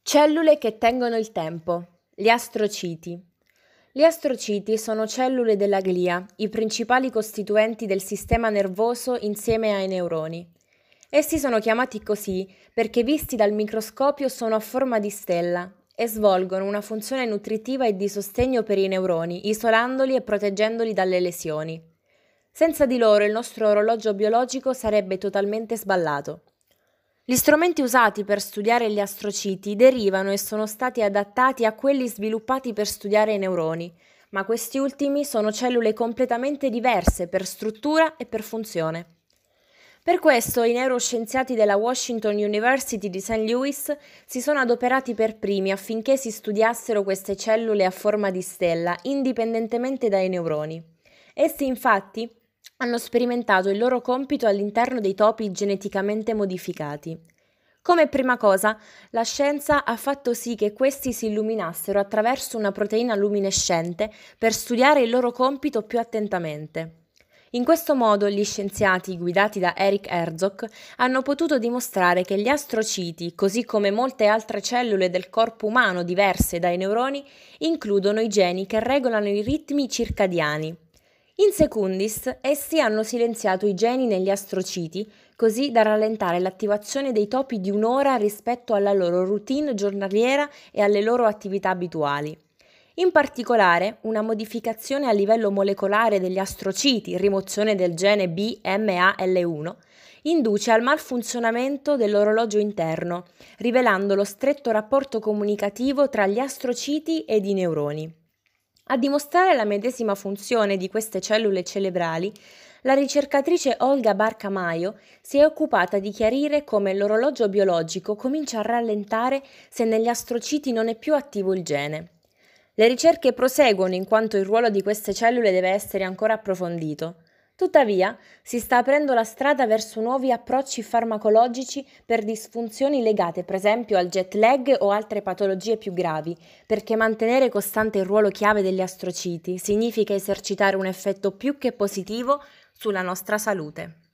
Cellule che tengono il tempo. Gli astrociti. Gli astrociti sono cellule della glia, i principali costituenti del sistema nervoso insieme ai neuroni. Essi sono chiamati così perché visti dal microscopio sono a forma di stella e svolgono una funzione nutritiva e di sostegno per i neuroni, isolandoli e proteggendoli dalle lesioni. Senza di loro il nostro orologio biologico sarebbe totalmente sballato. Gli strumenti usati per studiare gli astrociti derivano e sono stati adattati a quelli sviluppati per studiare i neuroni, ma questi ultimi sono cellule completamente diverse per struttura e per funzione. Per questo i neuroscienziati della Washington University di St. Louis si sono adoperati per primi affinché si studiassero queste cellule a forma di stella, indipendentemente dai neuroni. Essi infatti hanno sperimentato il loro compito all'interno dei topi geneticamente modificati. Come prima cosa, la scienza ha fatto sì che questi si illuminassero attraverso una proteina luminescente per studiare il loro compito più attentamente. In questo modo gli scienziati, guidati da Eric Herzog, hanno potuto dimostrare che gli astrociti, così come molte altre cellule del corpo umano diverse dai neuroni, includono i geni che regolano i ritmi circadiani. In secundis, essi hanno silenziato i geni negli astrociti, così da rallentare l'attivazione dei topi di un'ora rispetto alla loro routine giornaliera e alle loro attività abituali. In particolare, una modificazione a livello molecolare degli astrociti, rimozione del gene BMAL1, induce al malfunzionamento dell'orologio interno, rivelando lo stretto rapporto comunicativo tra gli astrociti ed i neuroni. A dimostrare la medesima funzione di queste cellule cerebrali, la ricercatrice Olga Barca-Mayo si è occupata di chiarire come l'orologio biologico comincia a rallentare se negli astrociti non è più attivo il gene. Le ricerche proseguono in quanto il ruolo di queste cellule deve essere ancora approfondito. Tuttavia, si sta aprendo la strada verso nuovi approcci farmacologici per disfunzioni legate per esempio al jet lag o altre patologie più gravi, perché mantenere costante il ruolo chiave degli astrociti significa esercitare un effetto più che positivo sulla nostra salute.